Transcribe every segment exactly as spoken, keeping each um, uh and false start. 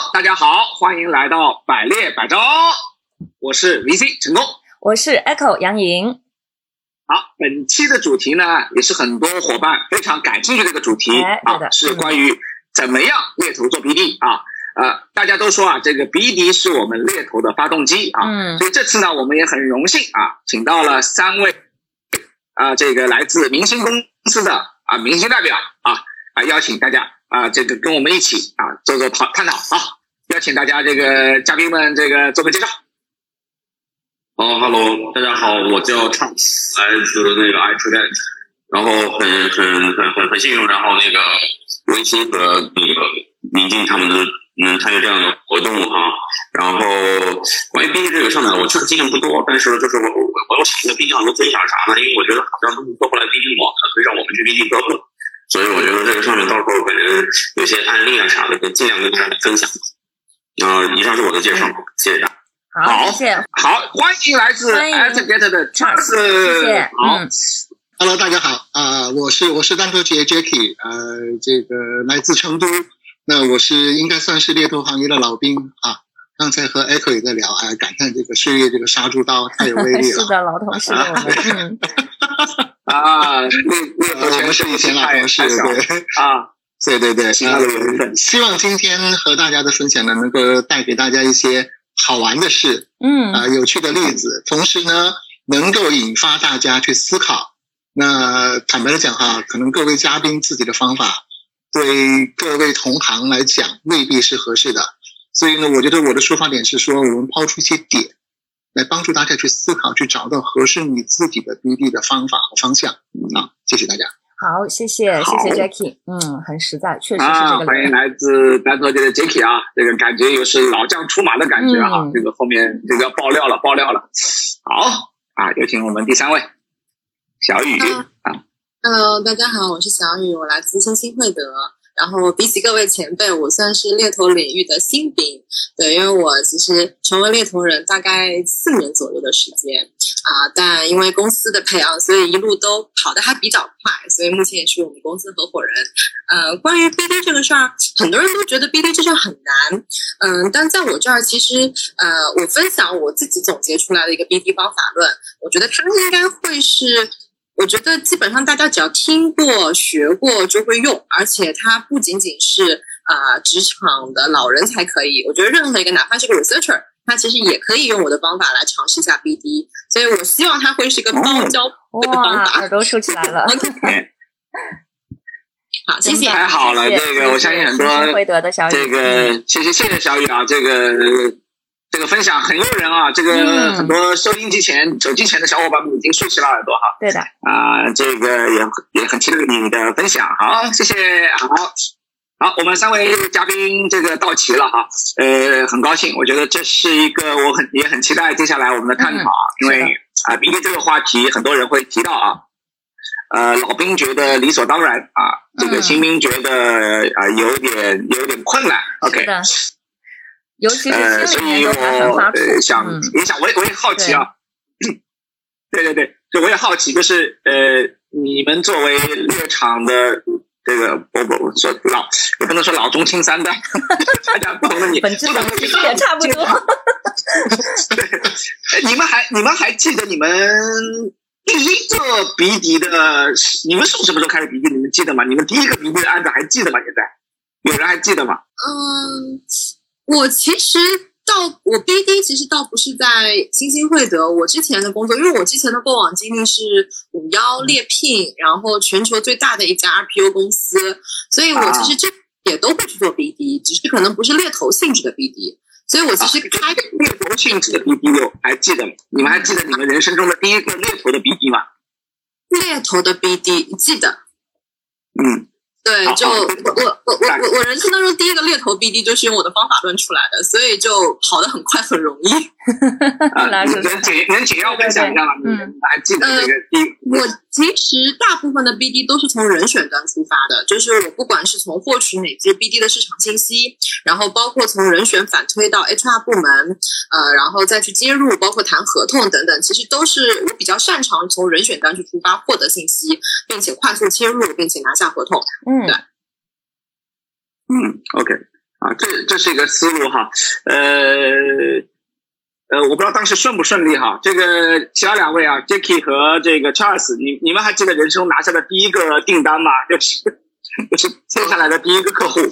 大家好，欢迎来到百猎百招，我是 V C 成功， 我是 Echo 杨莹。 好，本期的主题呢，也是很多伙伴非常感兴趣的一个主题、 哎、 啊，是关于怎么样猎头做 B D 啊。呃，大家都说啊，这个 B D 是我们猎头的发动机啊，嗯，所以这次呢，我们也很荣幸啊，请到了三位啊，这个来自明星公司的啊明星代表啊啊，邀请大家啊，这个跟我们一起啊做做讨探讨啊，邀请大家这个嘉宾们这个做个介绍。 哦、oh, ，Hello， 大家好，我叫 Charles， 来自那个 iTrade， 然后很很很很很幸运，然后那个微信和那个明镜他们都能参与这样的活动哈。然后关于 B D 这个上面，我确实经验不多，但是就是我我我有想一个 B D 上能分享啥呢？因为我觉得好像都是做过来 B D 网的，可以让我们去 B D 客户，所以我觉得这个上面到时候可能有些案例啊啥的，尽量跟大家分享。啊、呃，以上是我的介绍，谢谢大家。 好，谢谢。 好，欢迎来自 iTrade 的 Charles， 谢谢。 好、 嗯、，Hello， 大家好啊、呃，我是我是单头杰 Jackie， 呃，这个来自成都，那我是应该算是猎头行业的老兵啊。刚才和 Echo 也在聊，哎、呃，感叹这个岁月这个杀猪刀太有威力了。 是的，老同事我们。 啊，猎头我们是以前老同事，对啊。 对对对，呃，希望今天和大家的分享呢，能够带给大家一些好玩的事，嗯，啊、呃，有趣的例子，同时呢，能够引发大家去思考。那坦白的讲哈，可能各位嘉宾自己的方法，对各位同行来讲未必是合适的，所以呢，我觉得我的出发点是说，我们抛出一些点，来帮助大家去思考，去找到合适你自己的 B D 的方法和方向。啊，谢谢大家。 好，谢谢，谢谢 Jackie， 嗯，很实在，确实是这个、 啊。欢迎来自单头界的 Jackie 啊，这个感觉又是老将出马的感觉啊，嗯、这个后面这个爆料了，爆料了。好啊，有请我们第三位小雨啊。 Hello， 大家好，我是小雨，我来自新兴惠德。然后比起各位前辈，我算是猎头领域的新兵，对，因为我其实成为猎头人大概四年左右的时间啊、呃，但因为公司的培养，所以一路都跑得还比较快，所以目前也是我们公司合伙人。呃，关于 B D 这个事儿，很多人都觉得 B D 这事儿很难，嗯、呃，但在我这儿，其实呃，我分享我自己总结出来的一个 B D 方法论，我觉得它应该会是。我觉得基本上大家只要听过、学过就会用，而且它不仅仅是啊、呃、职场的老人才可以。我觉得任何一个哪怕是个 researcher， 他其实也可以用我的方法来尝试一下 B D。所以我希望它会是个包教的方法。 哇，耳朵竖起来了。 好，谢谢。 太好了，这个我相信很多会得的小雨， 这个谢谢谢谢小雨啊，这个。这个分享很诱人啊！这个很多收音机前、嗯、手机前的小伙伴们已经竖起了耳朵哈。 对的啊、呃，这个也也很期待你的分享。好，谢谢。好，好，我们三位嘉宾这个到齐了哈。呃，很高兴，我觉得这是一个我很也很期待接下来我们的探讨啊，嗯、因为啊 ，B D 这个话题很多人会提到啊。呃，老兵觉得理所当然啊，这个新兵觉得啊、呃、有点有点困难。OK。 尤其是呃，所以我呃想也想，我也我也好奇啊，对对对，就我也好奇，就是呃，你们作为猎场的这个，我我说老，也不能说老中青三代，大家不同的你， 本质上也差不多。 对，你们还你们还记得你们第一个B D的，你们是什么时候开始 B D？ 你们记得吗？你们第一个 B D 的案子还记得吗？现在有人还记得吗？ 嗯。我其实到我 B D 其实倒不是在新兴惠德，我之前的工作，因为我之前的过往经历是五幺猎聘，然后全球最大的一家 R P O 公司，所以我其实这也都会去做 B D， 只是可能不是猎头性质的 B D， 所以我其实开猎头性质的 B D 有还记得吗？你们还记得你们人生中的第一个猎头的 B D 吗？ 猎头的 B D 记得， 嗯。 对，就我我我我我人生当中第一个猎头 B D 就是用我的方法论出来的，所以就跑得很快很容易。 啊，能简能简要分享一下吗？嗯，还记得这个第一？ 我其实大部分的 B D 都是从人选端出发的，就是我不管是从获取哪支 B D 的市场信息，然后包括从人选反推到 H R 部门，呃，然后再去接入，包括谈合同等等，其实都是我比较擅长从人选端去出发获得信息，并且快速切入，并且拿下合同。嗯，对， 嗯 ，OK， 啊，这这是一个思路哈，呃。呃，我不知道当时顺不顺利哈。这个其他两位啊 ，Jackie 和这个 Charles， 你你们还记得人生中拿下的第一个订单吗？就是就是签下来的第一个客户。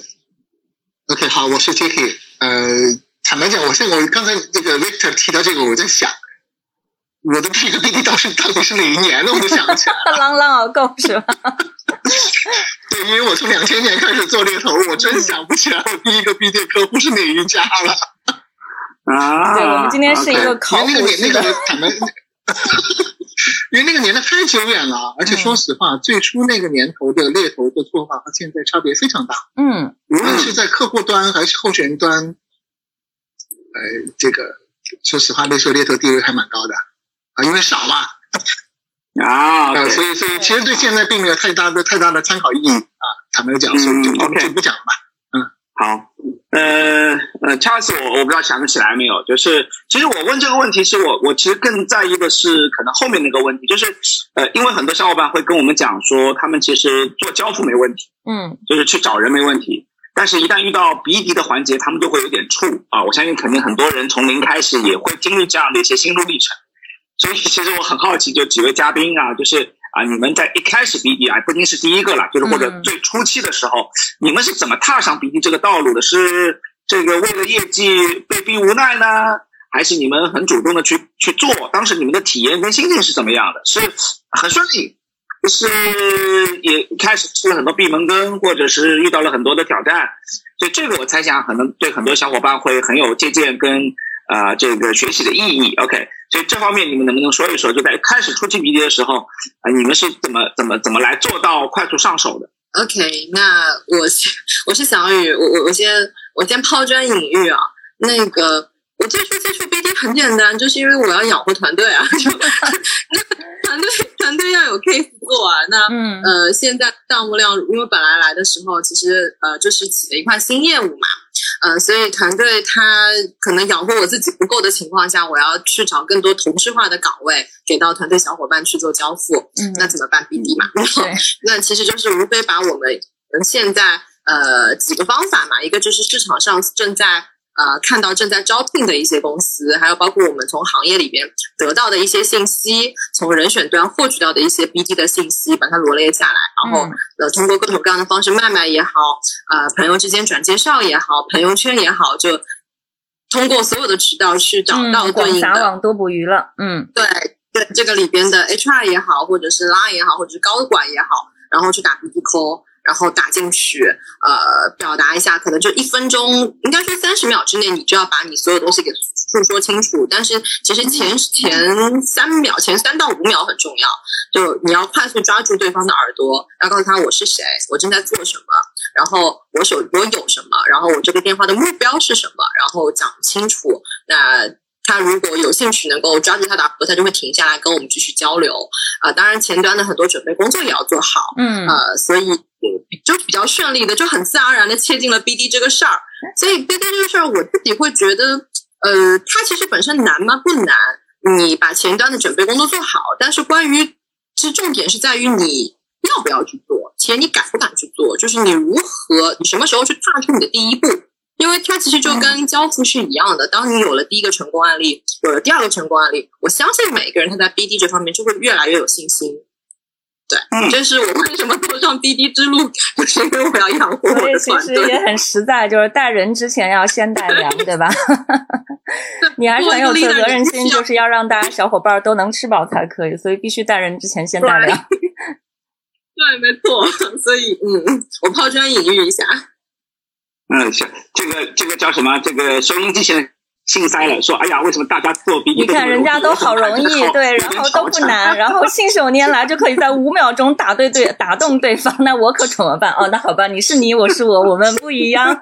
OK， 好，我是 Jackie。呃，坦白讲，我现在我刚才这个 Victor 提到这个，我在想，我的第一个 B D 到底到底是哪一年呢？我都想不起来了。 朗朗熬够是吧？ 对，因为我从两千年开始做猎头，我真想不起来我第一个 B D 客户是哪一家了。 啊， 对，我们今天是一个考古式的， 因为那个年那个坦白，因为那个年代太久远了，而且说实话，嗯、最初那个年头的猎头的做法和现在差别非常大。 嗯， 无论是在客户端还是候选人端，呃，这个说实话，那时候猎头地位还蛮高的啊，因为少嘛。 啊， 呃，所以所以其实对现在并没有太大的太大的参考意义啊，坦白讲，所以就就就不讲了吧。嗯， 好。呃呃 ，Charles， 我我不知道想得起来没有，就是其实我问这个问题是我我其实更在意的是可能后面那个问题，就是呃，因为很多小伙伴会跟我们讲说，他们其实做交付没问题， 嗯， 就是去找人没问题，但是一旦遇到 B D 的环节，他们就会有点怵啊。我相信肯定很多人从零开始也会经历这样的一些心路历程，所以其实我很好奇，就几位嘉宾啊，就是啊，你们在一开始 B D 啊，不仅是第一个了，就是或者最初期的时候，嗯、你们是怎么踏上 B D 这个道路的？是这个为了业绩被逼无奈呢，还是你们很主动的去去做？当时你们的体验跟心情是怎么样的？是很顺利，就是也开始吃了很多闭门羹，或者是遇到了很多的挑战？所以这个我猜想，可能对很多小伙伴会很有借鉴跟啊、呃、这个学习的意义。OK。所以这方面你们能不能说一说？就在开始初期 B D 的时候，啊、呃，你们是怎么怎么怎么来做到快速上手的 ？OK， 那我我是小雨，我我我先我先抛砖引玉啊。那个我最初接触 B D 很简单，就是因为我要养活团队啊，就团队团队要有 case 做啊。那嗯呃，现在项目量，因为本来来的时候，其实呃就是起了一块新业务嘛。呃，所以团队他可能养活我自己不够的情况下，我要去找更多同质化的岗位给到团队小伙伴去做交付。嗯，那怎么办 ？B D 嘛，然后那其实就是无非把我们现在呃几个方法嘛，一个就是市场上正在呃看到正在招聘的一些公司，还有包括我们从行业里边得到的一些信息，从人选端获取到的一些 B D 的信息，把它罗列下来，然后、嗯、呃通过各种各样的方式卖卖也好，呃朋友之间转介绍也好，朋友圈也好，就通过所有的渠道去找到对应的， 广撒网多捕鱼了。嗯， 对对，这个里边的 H R 也好，或者是 Line 也好，或者是高管也好，然后去打 B D call。然后打进去，呃，表达一下，可能就一分钟，应该说三十秒之内，你就要把你所有东西给诉说清楚。但是其实前前三秒、前三到五秒很重要，就你要快速抓住对方的耳朵，要告诉他我是谁，我正在做什么，然后我手我有什么，然后我这个电话的目标是什么，然后讲清楚。那他如果有兴趣能够抓住他的耳朵，他就会停下来跟我们继续交流。啊、呃，当然前端的很多准备工作也要做好。嗯，呃，所以就比较顺利的，就很自然而然的切进了 B D 这个事儿。所以 B D 这个事儿，我自己会觉得，呃，它其实本身难吗？不难，你把前端的准备工作做好。但是关于，其实重点是在于你要不要去做，且你敢不敢去做，就是你如何，你什么时候去踏出你的第一步。因为它其实就跟交付是一样的，当你有了第一个成功案例，有了第二个成功案例，我相信每个人他在 B D 这方面就会越来越有信心。对，嗯、这是我为什么走上 B D 之路，就是因为我要养活我的团队。 所以其实也很实在，就是带人之前要先带粮，对吧？你还是很有责任心，就是要让大家小伙伴都能吃饱才可以，所以必须带人之前先带粮。 对，没错。所以，嗯，我抛砖引玉一下。 嗯，是这个这个叫什么？这个收音机前心塞了，说哎呀，为什么大家做 B D？ 你看人家都好容易，对，然后都不难，然后信手拈来就可以在五秒钟打对对打动对方，那我可怎么办？哦，那好吧，你是你，我是我，我们不一样。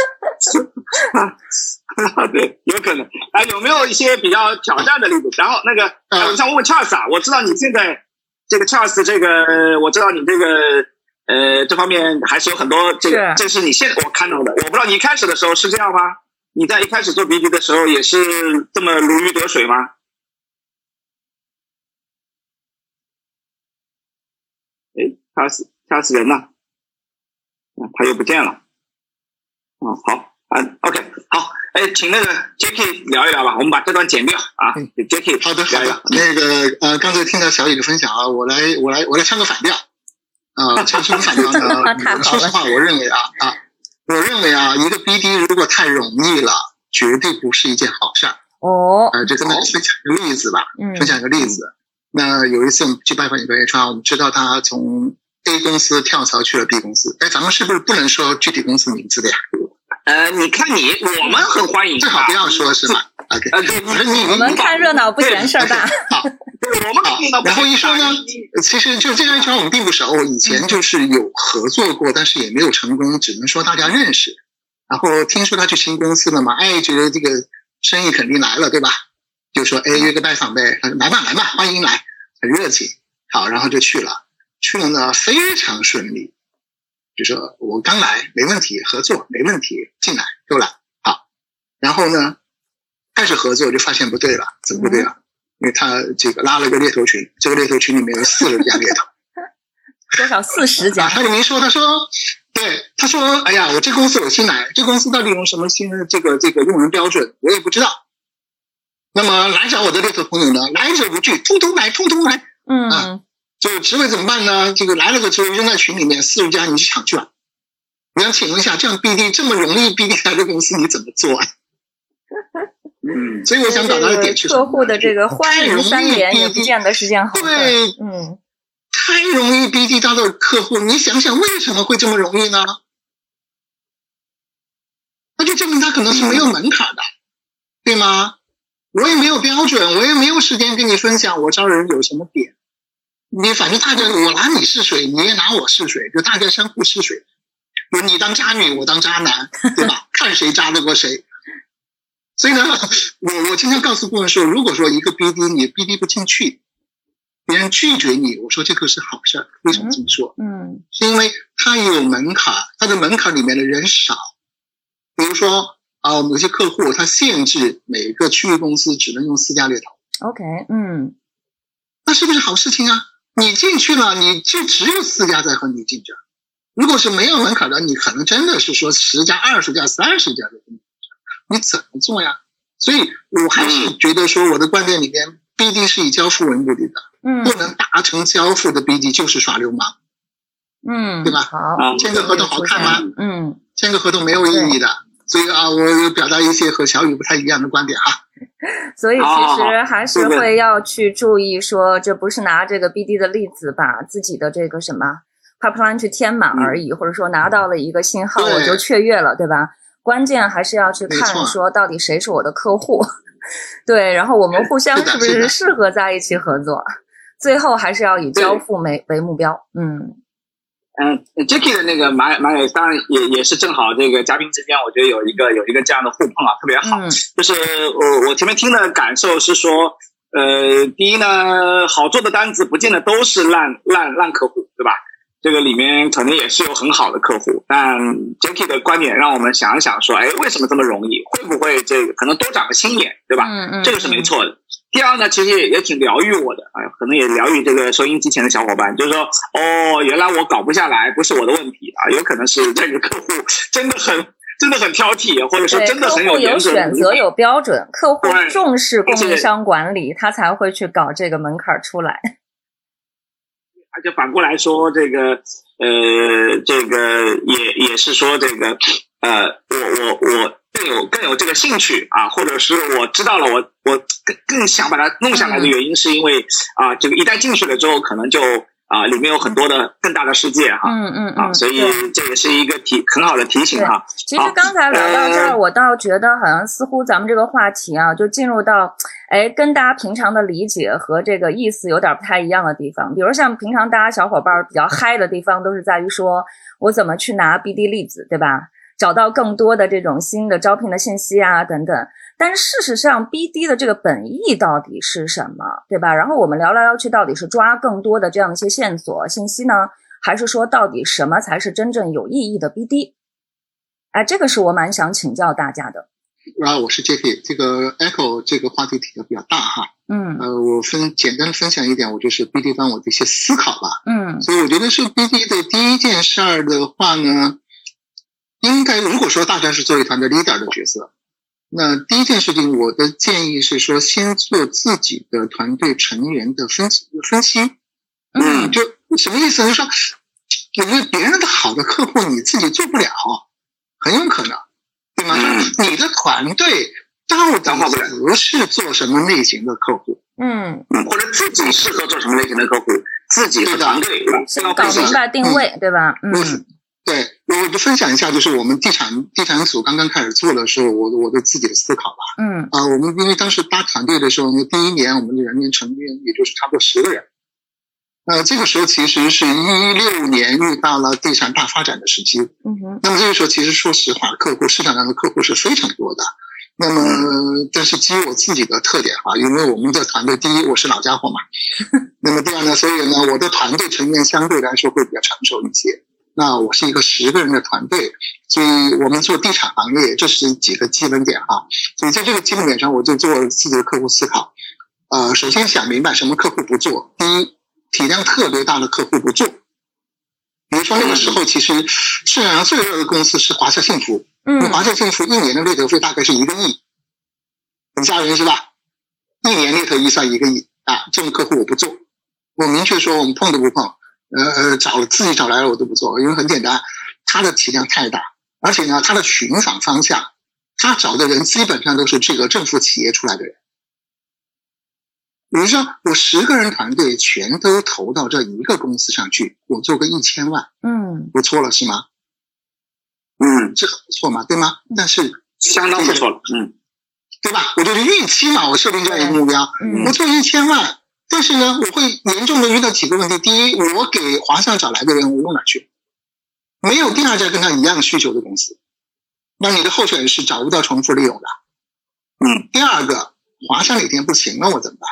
对，有可能啊，有没有一些比较挑战的例子？然后那个，呃、我想问问 Charles 啊，我知道你现在这个 Charles 这个，我知道你这个。呃，这方面还是有很多这个，这是你现在我看到的。我不知道你一开始的时候是这样吗？你在一开始做 B D 的时候也是这么如鱼得水吗？哎，他是他是人呢？啊，他又不见了。啊，好， 啊 ，OK， 好，哎，请那个 Jacky 聊一聊吧，我们把这段剪掉啊。嗯、Jacky， 好的，好的。那个呃，刚才听到小雨的分享啊，我来我来我来唱个反调啊，唱什么反调呢？说实话，我认为啊啊，我认为啊，一个 B D 如果太容易了，绝对不是一件好事儿。 哦， 呃，就跟大家分享一个例子吧，嗯，分享一个例子。那有一次我们去拜访一个 H R， 我们知道他从 A 公司跳槽去了 B 公司。哎，咱们是不是不能说具体公司名字的呀？ 呃，你看你，我们很欢迎， 最好不要说是吗 ？OK， 呃，对， 我们看热闹不嫌事儿大。 好， 对，我们好。然后一说呢，其实就这个 H R 我们并不熟，以前就是有合作过，但是也没有成功，只能说大家认识。然后听说他去新公司了嘛，哎，觉得这个生意肯定来了，对吧？就说哎，约个拜访呗，他说来吧来吧，欢迎来，很热情。好，然后就去了，去了呢非常顺利。就说我刚来没问题，合作没问题，进来都来好。然后呢开始合作就发现不对了，怎么不对了？嗯、因为他这个拉了个猎头群，这个猎头群里面有四十家猎头， 多少四十家？ 啊、他就没说，他说对，他说哎呀，我这公司我新来，这公司到底用什么新的这个这个用人标准，我也不知道。那么来找我的猎头朋友呢，来者不拒，通通来，通通来， 嗯。 啊这个职位怎么办呢？这个来了个职位扔在群里面，四十家你去抢去了。我想请问一下，这样 B D 这么容易 B D 来的公司你怎么做啊？嗯，所以我想表达的点是什么？ 客户的这个欢迎三连也不见得是件好事。 对， 嗯， 太容易 B D 到的客户，你想想为什么会这么容易呢？那就证明他可能是没有门槛的，对吗？我也没有标准，我也没有时间跟你分享我招人有什么点。你反正大家我拿你试水，你也拿我试水，就大家相互试水。你当渣女，我当渣男，对吧？看谁渣得过谁。所以呢，我我经常告诉顾问说，如果说一个 B D 你 B D 不进去，别人拒绝你，我说这个是好事。为什么这么说？ 嗯， 是因为他有门槛，他的门槛里面的人少。比如说啊，我们有些客户他限制每个区域公司只能用四家猎头。 OK， 嗯， 那是不是好事情啊？你进去了，你就只有四家在和你竞争。如果是没有门槛的，你可能真的是说十家、二十家、三十家的跟你竞争，你怎么做呀？所以我还是觉得说，我的观点里面 ，B D 是以交付为目的的， 嗯， 不能达成交付的 B D 就是耍流氓， 嗯， 对吧？ 好， 签个合同好看吗？ 嗯， 签个合同没有意义的。所以啊，我表达一些和小雨不太一样的观点哈。 所以其实还是会要去注意说，这不是拿这个 B D 的例子把自己的这个什么 pipeline 去填满而已，嗯、或者说拿到了一个信号我就雀跃了，对吧？关键还是要去看说到底谁是我的客户，对，然后我们互相是不是适合在一起合作，最后还是要以交付为为目标，嗯。 嗯 ，Jacky 的那个蛮蛮有，当然也也是正好这个嘉宾之间，我觉得有一个有一个这样的互碰啊，特别好。嗯、就是我我前面听的感受是说，呃，第一呢，好做的单子不见得都是烂烂烂客户，对吧？这个里面肯定也是有很好的客户，但 Jacky 的观点让我们想一想说，哎，为什么这么容易？会不会这个可能多长个心眼，对吧？ 嗯嗯， 这个是没错的。第二呢，其实也也挺疗愈我的，哎，可能也疗愈这个收音机前的小伙伴，就是说，哦，原来我搞不下来不是我的问题啊，有可能是这个客户真的很真的很挑剔，或者说真的很有有选择有标准，客户重视供应商管理，他才会去搞这个门槛出来。 而且反过来说，这个呃，这个也也是说这个呃，我我我。更有更有这个兴趣啊，或者是我知道了，我我更更想把它弄下来的原因，是因为啊，这个一旦进去了之后，可能就啊里面有很多的更大的世界哈， 嗯嗯啊，所以这也是一个提很好的提醒哈。 其实刚才聊到这儿，我倒觉得好像似乎咱们这个话题啊，就进入到哎跟大家平常的理解和这个意思有点不太一样的地方。比如像平常大家小伙伴比较嗨的地方，都是在于说我怎么去拿 B D 例子，对吧？找到更多的这种新的招聘的信息啊等等，但是事实上 B D 的这个本意到底是什么，对吧？然后我们聊来聊去，到底是抓更多的这样一些线索信息呢，还是说到底什么才是真正有意义的 B D？ 哎，这个是我蛮想请教大家的。 啊，我是 Jacky， 这个 Echo 这个话题提的比较大哈， 嗯， 呃，我分简单分享一点，我就是 B D 方我的一些思考吧， 嗯， 所以我觉得是 B D 的第一件事儿的话呢。 应该如果说大家是作为团队 leader 的角色，那第一件事情我的建议是说，先做自己的团队成员的分析分析。嗯，就什么意思？就是说，因为别人的好的客户你自己做不了，很有可能，对吗？就你的团队到底不是做什么类型的客户？ 嗯嗯，或者自己适合做什么类型的客户，自己的团队先搞明白定位，对吧？嗯， 对，我就分享一下，就是我们地产地产组刚刚开始做的时候，我我的自己的思考吧。 嗯啊、呃，我们因为当时搭团队的时候呢，第一年我们的人员成员也就是差不多十个人。呃，这个时候其实是一六年遇到了地产大发展的时期。 嗯哼。 那么这个时候其实说实话，客户市场上的客户是非常多的。那么，但是基于我自己的特点啊，因为我们的团队，第一我是老家伙嘛，那么第二呢，所以呢，我的团队成员相对来说会比较成熟一些。那我是一个十个人的团队，所以我们做地产行业，这是几个基本点啊。所以在这个基本点上，我就做自己的客户思考。呃，首先想明白什么客户不做。第一，体量特别大的客户不做。比如说那个时候，其实市场上最热的公司是华夏幸福。嗯，华夏幸福一年的猎头费大概是一个亿，很吓人是吧？一年猎头预算一个亿啊，这种客户我不做，我明确说我们碰都不碰，呃，找自己找来了我都不做，因为很简单，他的体量太大，而且呢，他的寻访方向，他找的人基本上都是这个政府企业出来的人。比如说，我十个人团队全都投到这一个公司上去，我做个一千万， 嗯， 不错了是吗？ 嗯， 这很不错嘛，对吗？但是相当不错了，嗯， 对吧？我就是预期嘛，我设定这样一个目标， 嗯、 我做一千万，但是呢，我会严重的遇到几个问题。第一，我给华夏找来的人，我用哪去？没有第二家跟他一样需求的公司，那你的候选人是找不到重复利用的。嗯，第二个，华夏哪天不行了，我怎么办？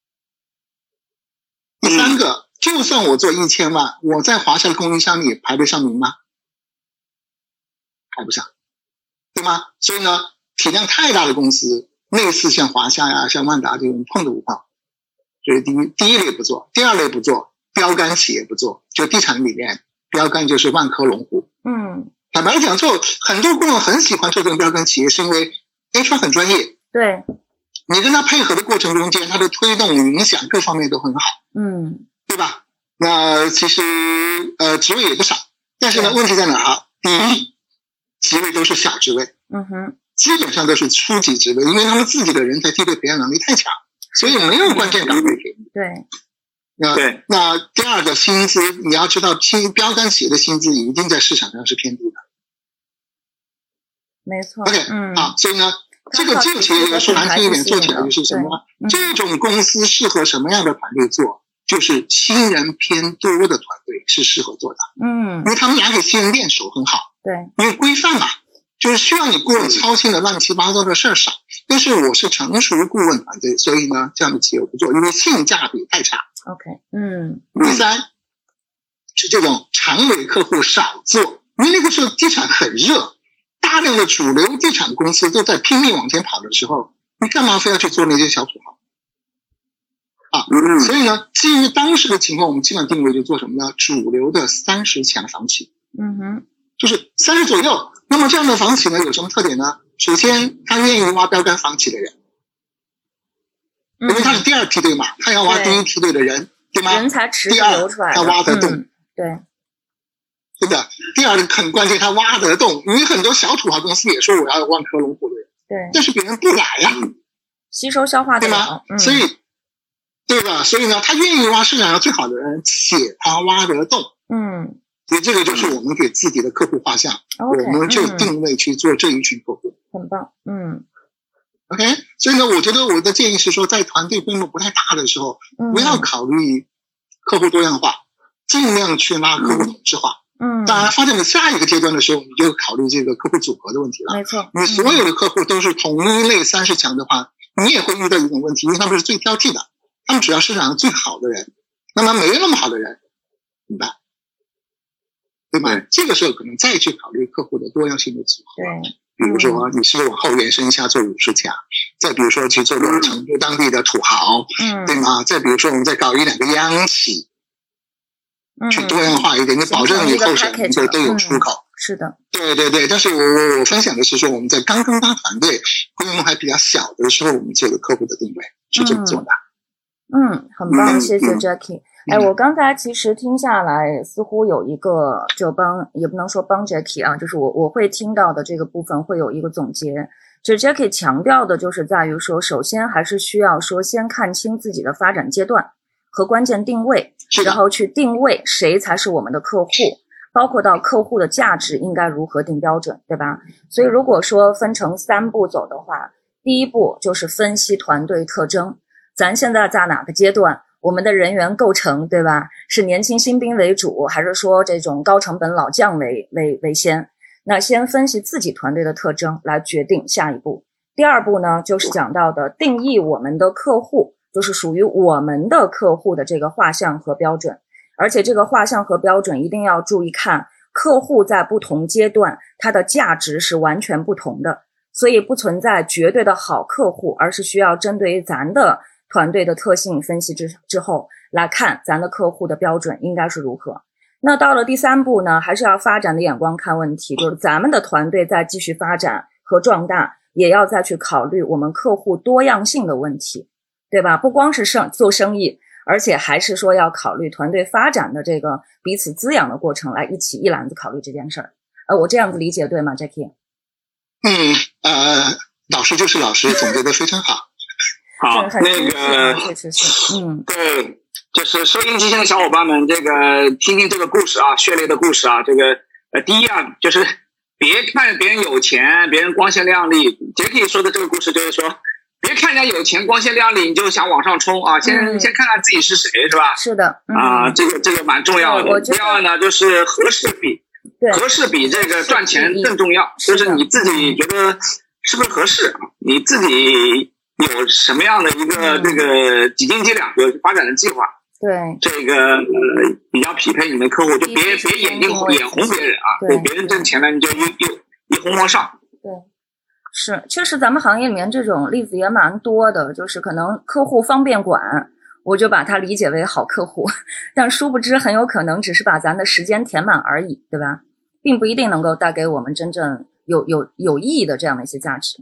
第三个，嗯、就算我做一千万，我在华夏的供应商里排得上名吗？排不上，对吗？所以呢，体量太大的公司，类似像华夏呀、像万达这种碰都不碰，这是第一第一类不做。第二类不做，标杆企业不做。就地产里面，标杆就是万科、龙湖。 嗯， 坦白讲，做很多顾问很喜欢做这种标杆企业，是因为 H R 很专业。 对， 你跟他配合的过程中间，他的推动、影响各方面都很好。 嗯， 对吧？那其实呃职位也不少，但是呢，问题在哪儿？第一，职位都是小职位， 嗯哼， 基本上都是初级职位，因为他们自己的人才梯队培养能力太强，所以没有关键岗位给你。 对， 那对，那第二个薪资，你要知道，新标杆企业的薪资一定在市场上是偏低的。 没错。 OK， 嗯， 好，所以呢，这个这个企业说难听一点，做起来就是什么？嗯、这种公司适合什么样的团队做？就是新人偏多的团队是适合做的。 嗯， 因为他们俩给新人练手很好。 对， 因为规范嘛，就是需要你顾问操心的乱七八糟的事儿少。但是我是成熟顾问团队，所以呢，这样的企业我不做，因为性价比太差。 OK， 嗯。 第三是这种长尾客户少做，因为那个时候地产很热，大量的主流地产公司都在拼命往前跑的时候，你干嘛非要去做那些小土豪？啊，所以呢，基于当时的情况，我们基本定位就做什么呢？主流的三十强房企。 嗯哼。 就是三十左右，那么这样的房企呢，有什么特点呢？首先，他愿意挖标杆房企的人，因为他是第二梯队嘛，他要挖第一梯队的人， 对, 对吗？ 人才池流出来的， 他挖得动， 嗯、对， 对的。第二个很关键，他挖得动。因为很多小土豪公司也说我要万科、龙湖的人， 对， 但是别人不来呀、啊， 吸收消化对吗？ 嗯、 所以，对吧？所以呢，他愿意挖市场上最好的人，且他挖得动， 嗯。 所以这个就是我们给自己的客户画像， okay, 我们就定位去做这一群客户。 很棒，嗯。 OK， 所以呢，我觉得我的建议是说，在团队规模不太大的时候， 嗯、 不要考虑客户多样化，尽量去拉客户同质化。 嗯。 当然，发展到下一个阶段的时候，你就考虑这个客户组合的问题了。 没错。 你所有的客户都是同一类三十强的话，你也会遇到一种问题，因为他们是最挑剔的，他们只要市场上最好的人，那么没那么好的人，怎么办？对吧？这个时候可能再去考虑客户的多样性的组合。 对， 比如说你是往后延伸一下做五十强，再比如说去做个成都当地的土豪， 嗯， 对吗？再比如说我们再搞一两个央企， 嗯， 去多样化一点，你保证你候选人都都有出口。 是的， 对对对。但是我我我分享的是说，我们在刚刚当团队规模还比较小的时候，我们就有客户的定位是这么做的。 嗯，很棒， 嗯、 谢谢 Jackie。哎，我刚才其实听下来，似乎有一个就帮也不能说帮 Jackie 啊，就是我我会听到的这个部分会有一个总结。就 Jackie 强调的就是在于说，首先还是需要说先看清自己的发展阶段和关键定位，然后去定位谁才是我们的客户，包括到客户的价值应该如何定标准，对吧？所以如果说分成三步走的话，第一步就是分析团队特征，咱现在在哪个阶段，我们的人员构成，对吧？是年轻新兵为主，还是说这种高成本老将为为为先？那先分析自己团队的特征来决定下一步。第二步呢，就是讲到的定义我们的客户，就是属于我们的客户的这个画像和标准。而且这个画像和标准一定要注意看，客户在不同阶段它的价值是完全不同的，所以不存在绝对的好客户，而是需要针对于咱的团队的特性分析之之后来看咱的客户的标准应该是如何。那到了第三步呢，还是要发展的眼光看问题，就是咱们的团队在继续发展和壮大，也要再去考虑我们客户多样性的问题，对吧？不光是生做生意，而且还是说要考虑团队发展的这个彼此滋养的过程，来一起一揽子考虑这件事儿。呃，我这样子理解对吗 ，Jackie？ 嗯，呃，老师就是老师，总结得非常好。 好，那个， 确实是，嗯， 对，就是收音机前的小伙伴们，这个听听这个故事啊，血泪的故事啊，这个呃，第一啊，就是别看别人有钱，别人光鲜亮丽。Jackie说的这个故事就是说，别看人家有钱光鲜亮丽，你就想往上冲啊，先、嗯、先看看自己是谁，是吧？ 是的，嗯、 啊，这个这个蛮重要的。第二呢，就是合适比，合适比这个赚钱更重要，就是你自己觉得是不是合适啊？你自己有什么样的一个这个几斤几两有发展的计划？ 对， 这个呃比较匹配你的客户，就别别眼睛眼红别人啊，对，别人挣钱了你就一一一哄往上。 对，是，确实咱们行业里面这种例子也蛮多的，就是可能客户方便管，我就把它理解为好客户，但殊不知很有可能只是把咱的时间填满而已，对吧？并不一定能够带给我们真正有有有意义的这样的一些价值。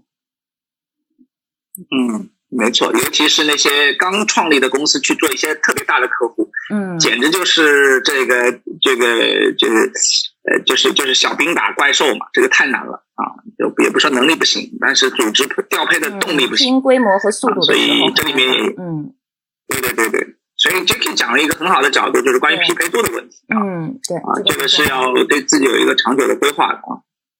嗯，没错，尤其是那些刚创立的公司去做一些特别大的客户，嗯，简直就是这个这个就是呃就是就是小兵打怪兽嘛，这个太难了啊！就也不说能力不行，但是组织调配的动力不行， 拼规模和速度的时候、 啊，所以这里面也嗯， 对对对对，所以 Jackie 讲了一个很好的角度，就是关于匹配度的问题啊， 嗯，对啊，这个是要对自己有一个长久的规划的啊。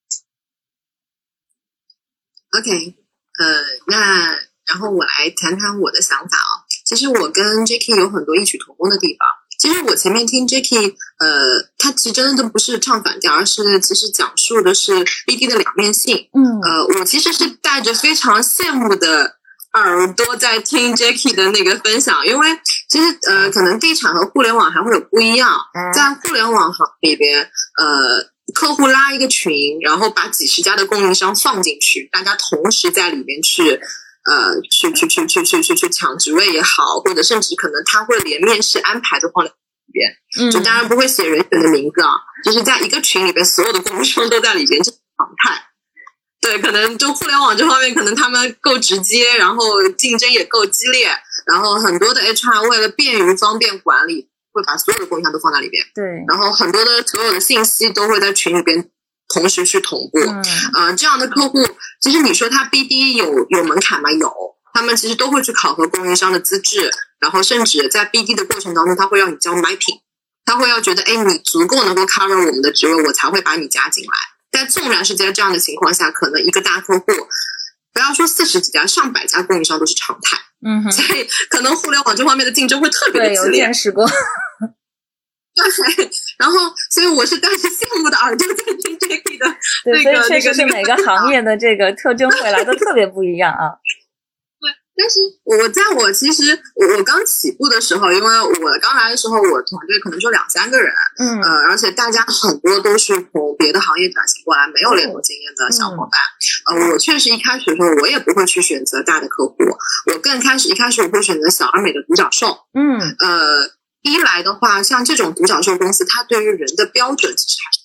OK。呃，那然后我来谈谈我的想法啊。其实我跟 Jackie 有很多异曲同工的地方。其实我前面听 Jackie， 呃，他其实真的都不是唱反调，而是其实讲述的是 B D 的两面性。嗯，呃，我其实是带着非常羡慕的耳朵在听 Jackie 的那个分享，因为其实呃，可能地产和互联网还会有不一样。在互联网行里边，呃。客户拉一个群，然后把几十家的供应商放进去，大家同时在里面去，呃，去去去去去去去抢职位也好，或者甚至可能他会连面试安排都放在里边，嗯，就当然不会写人选的名字啊，就是在一个群里边，所有的供应商都在里边，这是常态。对，可能就互联网这方面，可能他们够直接，然后竞争也够激烈，然后很多的 H R 为了便于方便管理。会把所有的供应商都放在里边， 对， 然后很多的所有的信息都会在群里边同时去同步，嗯，呃，这样的客户，其实你说他 B D 有有门槛吗？有，他们其实都会去考核供应商的资质，然后甚至在 B D 的过程当中，他会让你交买品，他会要觉得，哎，你足够能够 cover 我们的职位，我才会把你加进来。但纵然是在这样的情况下，可能一个大客户，不要说四十几家，上百家供应商都是常态。嗯哼，所以可能互联网这方面的竞争会特别的激烈。 对，有见识过。 对，然后所以我是带着羡慕的耳朵在听 Jackie 的那个， 对， 所以确实是每个行业的这个特征会来的特别不一样啊。 对，但是我在我其实我我刚起步的时候，因为我刚来的时候，我团队可能就两三个人，嗯，呃，而且大家很多都是从别的行业转型过来，没有猎头经验的小伙伴。嗯、呃，我确实一开始的时候，我也不会去选择大的客户，我更开始一开始我会选择小而美的独角兽。嗯，呃。一来的话，像这种独角兽公司，它对于人的标准其实还是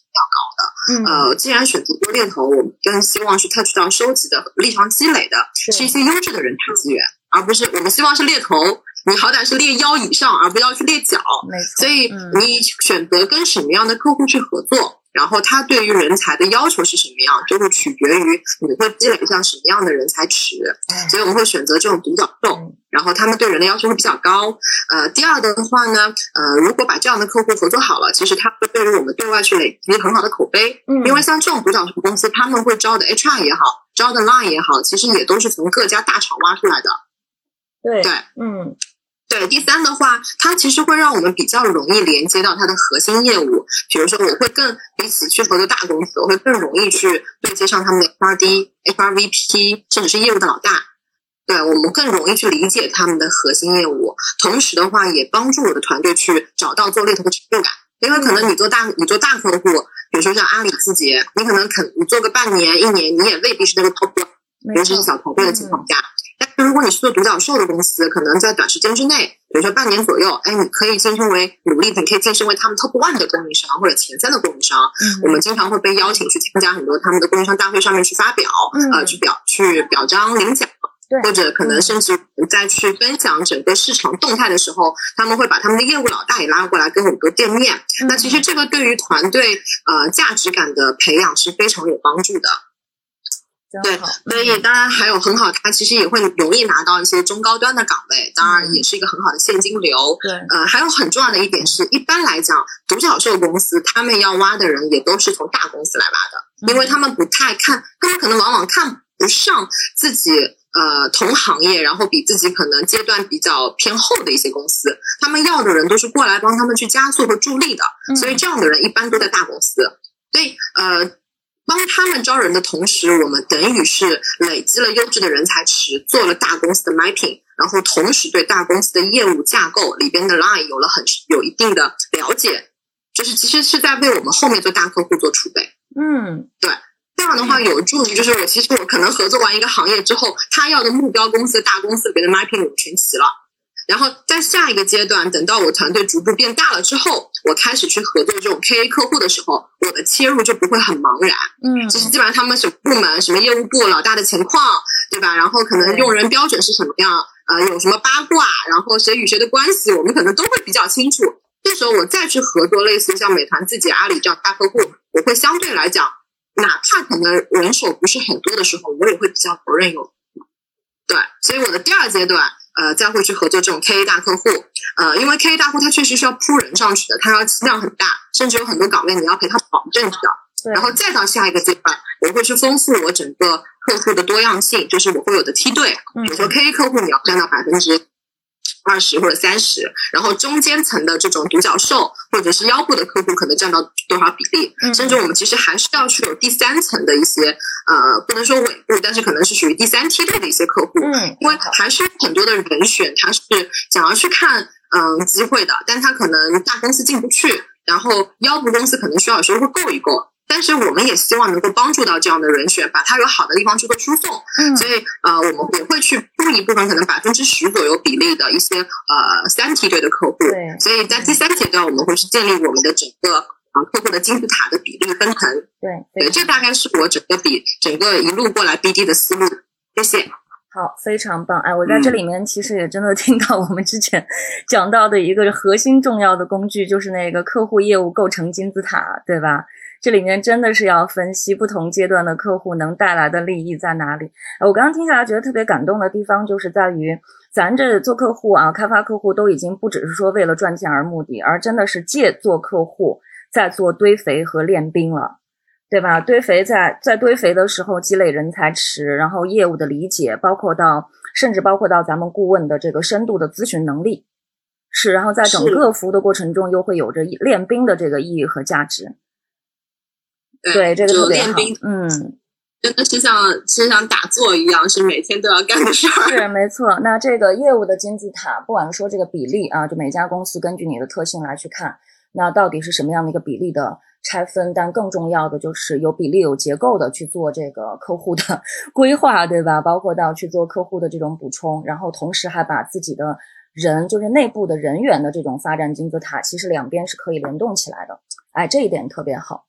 较高的。嗯，呃，既然选择做猎头，我们更希望是 touch 到收集的历常积累的是一些优质的人才资源，而不是我们希望是猎头，你好歹是猎腰以上，而不要去猎脚。 没错。 所以你选择跟什么样的客户去合作，然后他对于人才的要求是什么样，就会取决于你会积累像什么样的人才池。所以我们会选择这种独角兽，然后他们对人的要求会比较高。呃，第二的话呢，呃，如果把这样的客户合作好了，其实他会对于我们对外去累积很好的口碑。嗯，因为像这种独角兽公司，他们会招的 H R 也好，招的 Line 也好，其实也都是从各家大厂挖出来的。 对对， 嗯。 对，第三的话，它其实会让我们比较容易连接到它的核心业务。比如说，我会更比起去合作大公司，我会更容易去对接上他们的 H R D、H R V P， 甚至是业务的老大。对，我们更容易去理解他们的核心业务，同时的话，也帮助我的团队去找到做猎头的成就感。因为可能你做大，你做大客户，比如说像阿里、字节，你可能肯你做个半年、一年，你也未必是那个 top one， 尤其是小团队的情况下。但是如果你是做独角兽的公司，可能在短时间之内，比如说半年左右，哎，你可以晋升为努力，你可以晋升为他们 top one 的供应商或者前三的供应商。嗯，我们经常会被邀请去参加很多他们的供应商大会上面去发表，嗯、呃，去表去表彰领奖。或者可能甚至在去分享整个市场动态的时候，他们会把他们的业务老大也拉过来跟我们做店面。嗯、那其实这个对于团队呃价值感的培养是非常有帮助的。对，所以当然还有很好，它其实也会容易拿到一些中高端的岗位，当然也是一个很好的现金流。 对， 呃，还有很重要的一点是，一般来讲，独角兽公司他们要挖的人也都是从大公司来挖的，因为他们不太看，他们可能往往看不上自己呃同行业，然后比自己可能阶段比较偏后的一些公司，他们要的人都是过来帮他们去加速和助力的，所以这样的人一般都在大公司。所以呃。帮他们招人的同时，我们等于是累积了优质的人才池，做了大公司的 mapping， 然后同时对大公司的业务架构里边的 line 有了很有一定的了解，就是其实是在为我们后面做大客户做储备。 嗯， 对，这样的话有助于就是我其实我可能合作完一个行业之后，他要的目标公司大公司里边的 mapping 我全齐了。然后在下一个阶段，等到我团队逐步变大了之后，我开始去合作这种 K A 客户的时候，我的切入就不会很茫然。嗯，就是基本上他们什么部门、什么业务部老大的情况，对吧？然后可能用人标准是什么样，呃，有什么八卦，然后谁与谁的关系，我们可能都会比较清楚。这时候我再去合作类似像美团、字节、阿里这样大客户，我会相对来讲，哪怕可能人手不是很多的时候，我也会比较游刃有余。对，所以我的第二阶段。呃，再会去合作这种 K A 大客户，呃，因为 K A 大户它确实是要铺人上去的，它要量很大，甚至有很多岗位你要陪他保证的。然后再到下一个阶段，我会去丰富我整个客户的多样性，就是我会有的梯队，比如说 K A 客户你要占到百分之二十或者三十，然后中间层的这种独角兽或者是腰部的客户可能占到多少比例，嗯、甚至我们其实还是要去有第三层的一些呃，不能说尾部，但是可能是属于第三梯队的一些客户，嗯，因为还是有很多的人选他是想要去看嗯、呃、机会的，但他可能大公司进不去，然后腰部公司可能需要有时候会够一够。但是我们也希望能够帮助到这样的人选，把它有好的地方去做输送。嗯，所以呃，我们也会去铺一部分可能百分之十左右比例的一些呃三梯队的客户。 对， 所以在第三阶段，我们会是建立我们的整个啊、呃、客户的金字塔的比例分层。 对， 对，这大概是我整个比整个一路过来 B D 的思路。谢谢。 好，非常棒！哎，我在这里面其实也真的听到我们之前讲到的一个核心重要的工具，就是那个客户业务构成金字塔，对吧？这里面真的是要分析不同阶段的客户能带来的利益在哪里。我刚刚听下来觉得特别感动的地方就是在于咱这做客户啊，开发客户都已经不只是说为了赚钱而目的，而真的是借做客户在做堆肥和练兵了，对吧？堆肥在在堆肥的时候积累人才池，然后业务的理解，包括到甚至包括到咱们顾问的这个深度的咨询能力，是，然后在整个服务的过程中又会有着练兵的这个意义和价值。对，这个特别好。嗯， 真的是像是像打坐一样，是每天都要干的事儿。 是没错。那这个业务的金字塔，不管说这个比例啊，就每家公司根据你的特性来去看，那到底是什么样的一个比例的拆分？但更重要的就是有比例、有结构的去做这个客户的规划，对吧？包括到去做客户的这种补充，然后同时还把自己的人，就是内部的人员的这种发展金字塔，其实两边是可以联动起来的。哎，这一点特别好。